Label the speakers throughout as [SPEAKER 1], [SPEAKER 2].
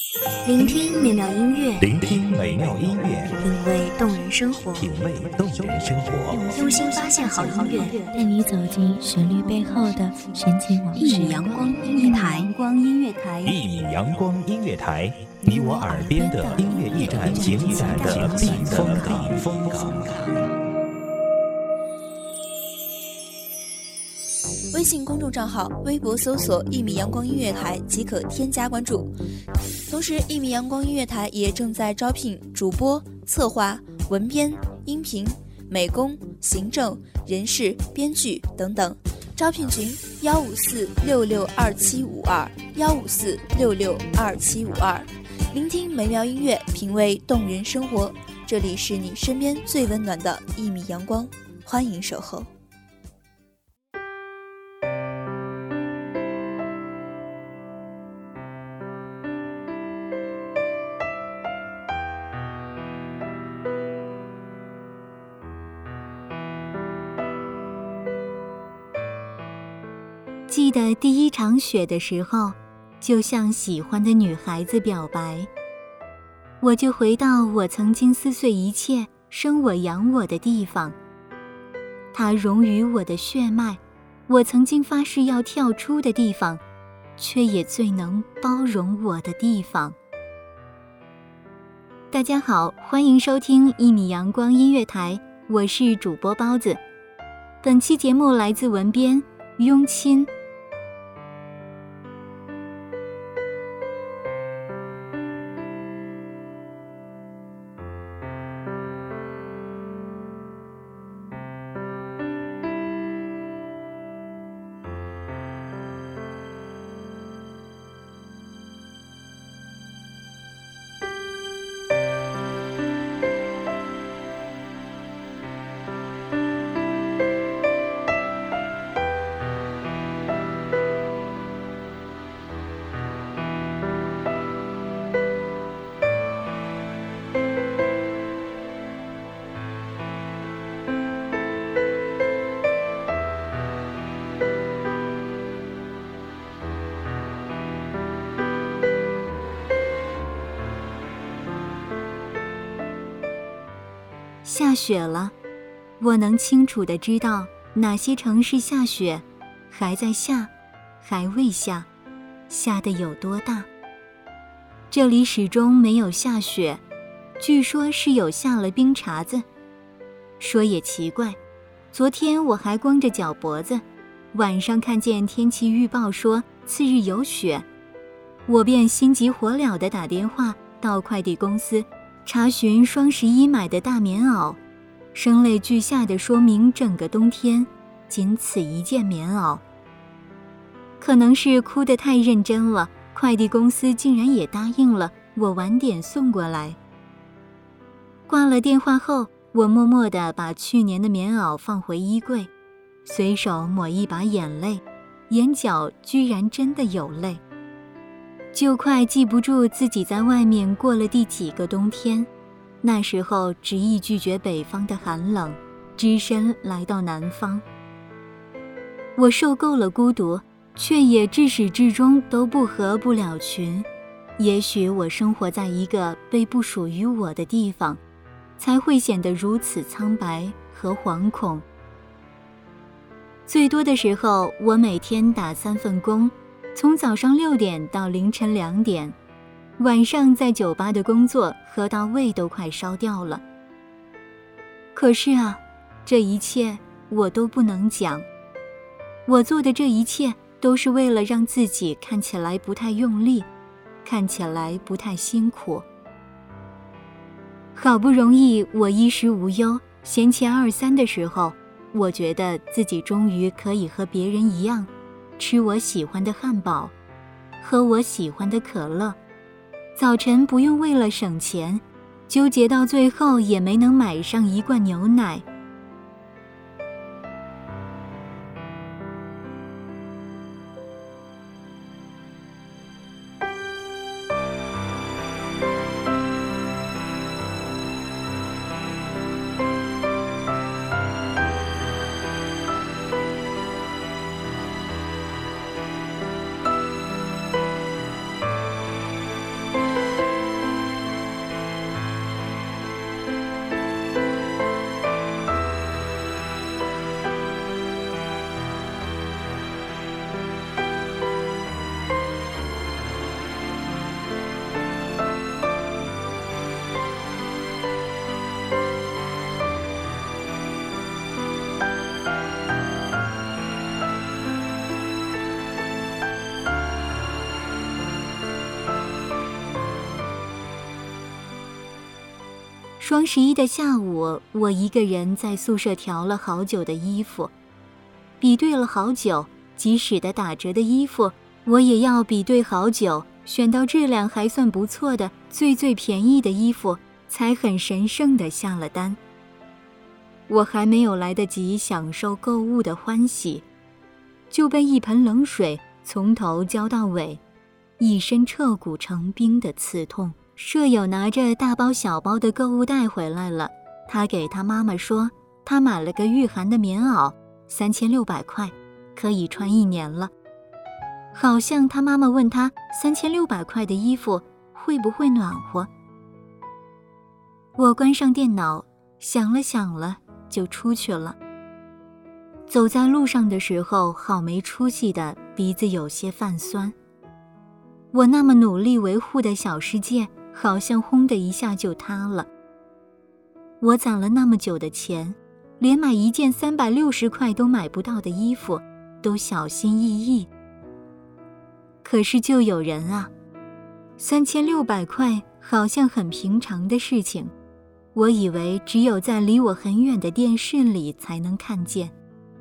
[SPEAKER 1] 聆听美妙音乐，
[SPEAKER 2] 聆听美妙音乐，
[SPEAKER 1] 品味动人生活，
[SPEAKER 2] 品味动人生活，
[SPEAKER 1] 用心发现好音乐，
[SPEAKER 3] 带你走进旋律背后的深情往事。
[SPEAKER 1] 一米阳光音乐台，
[SPEAKER 2] 一米阳光音乐台，你我耳边的音乐驿站，情感的避风港。
[SPEAKER 4] 微信公众账号、微博搜索“一米阳光音乐台”即可添加关注。同时，一米阳光音乐台也正在招聘主播、策划、文编、音频、美工、行政、人事、编剧等等。招聘群154662752，154662752。聆听美妙音乐，品味动人生活。这里是你身边最温暖的一米阳光，欢迎守候。
[SPEAKER 3] 记得第一场雪的时候，就向喜欢的女孩子表白，我就回到我曾经撕碎一切生我养我的地方，它融于我的血脉，我曾经发誓要跳出的地方，却也最能包容我的地方。大家好，欢迎收听一米阳光音乐台，我是主播包子。本期节目来自文编雍亲。下雪了，我能清楚地知道哪些城市下雪，还在下，还未下，下得有多大。这里始终没有下雪，据说是有下了冰碴子。说也奇怪，昨天我还光着脚脖子，晚上看见天气预报说次日有雪，我便心急火燎地打电话到快递公司查询双11买的大棉袄，声泪俱下地说明整个冬天仅此一件棉袄。可能是哭得太认真了，快递公司竟然也答应了我晚点送过来。挂了电话后，我默默地把去年的棉袄放回衣柜，随手抹一把眼泪，眼角居然真的有泪。就快记不住自己在外面过了第几个冬天，那时候执意拒绝北方的寒冷，只身来到南方。我受够了孤独，却也至始至终都不合不了群。也许我生活在一个被不属于我的地方，才会显得如此苍白和惶恐。最多的时候，我每天打3份工，从早上6点到凌晨2点，晚上在酒吧的工作喝到胃都快烧掉了。可是啊，这一切我都不能讲。我做的这一切都是为了让自己看起来不太用力，看起来不太辛苦。好不容易我衣食无忧，闲钱23的时候，我觉得自己终于可以和别人一样，吃我喜欢的汉堡，喝我喜欢的可乐，早晨不用为了省钱，纠结到最后也没能买上1罐牛奶。 双11的下午，我一个人在宿舍调了好久的衣服，比对了好久，即使的打折的衣服，我也要比对好久，选到质量还算不错的最便宜的衣服，才很神圣地下了单。我还没有来得及享受购物的欢喜，就被一盆冷水从头浇到尾，一身彻骨成冰的刺痛。舍友拿着大包小包的购物袋回来了，他给他妈妈说，他买了个御寒的棉袄，3600块，可以穿1年了。好像他妈妈问他3600块的衣服会不会暖和。我关上电脑，想了就出去了。走在路上的时候，好没出息的，鼻子有些泛酸。我那么努力维护的小世界，好像轰的一下就塌了。我攒了那么久的钱，连买一件360块都买不到的衣服，都小心翼翼。可是就有人啊，3600块好像很平常的事情，我以为只有在离我很远的电视里才能看见。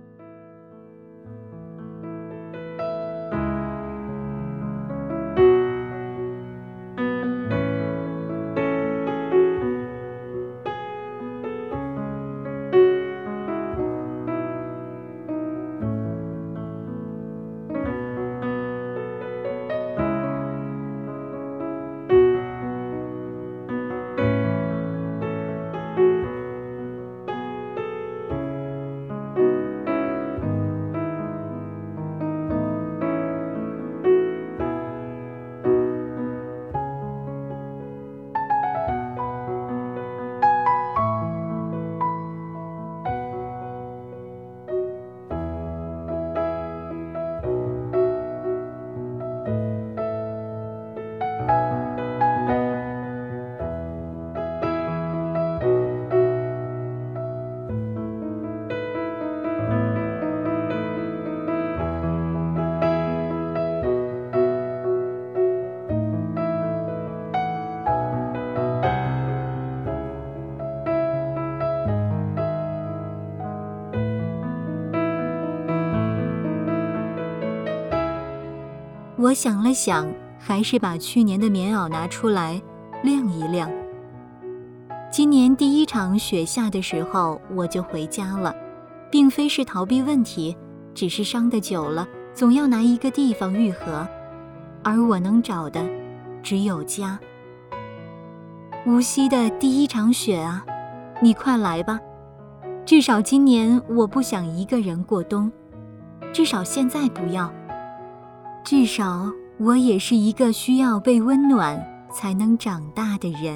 [SPEAKER 3] 我想了想，还是把去年的棉袄拿出来晾一晾。今年第一场雪下的时候，我就回家了，并非是逃避问题，只是伤得久了，总要拿一个地方愈合，而我能找的只有家。无锡的第一场雪啊，你快来吧，至少今年我不想一个人过冬，至少现在不要，至少我也是一个需要被温暖才能长大的人。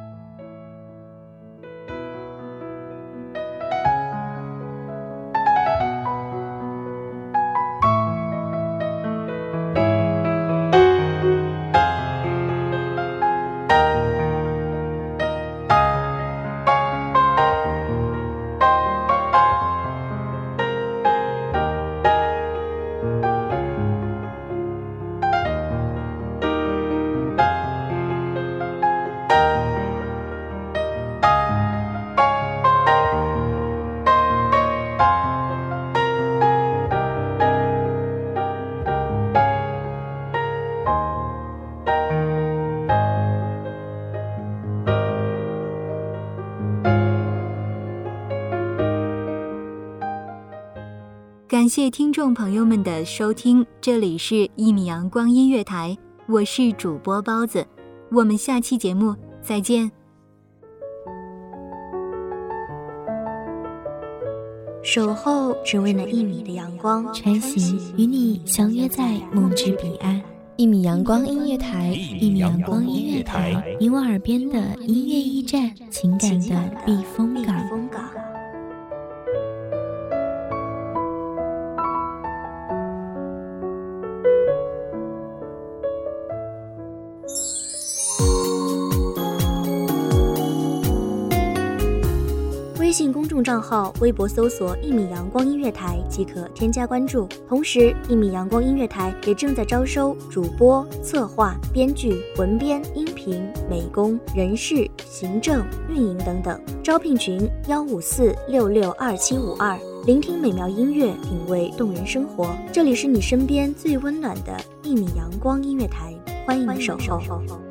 [SPEAKER 3] 感谢听众朋友们的收听，这里是1米阳光音乐台，我是主播包子，我们下期节目再见。
[SPEAKER 1] 守候只为那1米的阳光，
[SPEAKER 4] 晨曦与你相约在梦之彼岸。1米阳光音乐台，1米阳光音乐台，你我耳边的音乐驿站，情感的避风港。
[SPEAKER 1] 微信公众账号、微博搜索“1米阳光音乐台”即可添加关注。同时，1米阳光音乐台也正在招收主播、策划、编剧、文编、音频、美工、人事、行政、运营等等。招聘群154662752。聆听美妙音乐，品味动人生活。这里是你身边最温暖的1米阳光音乐台，欢迎守候。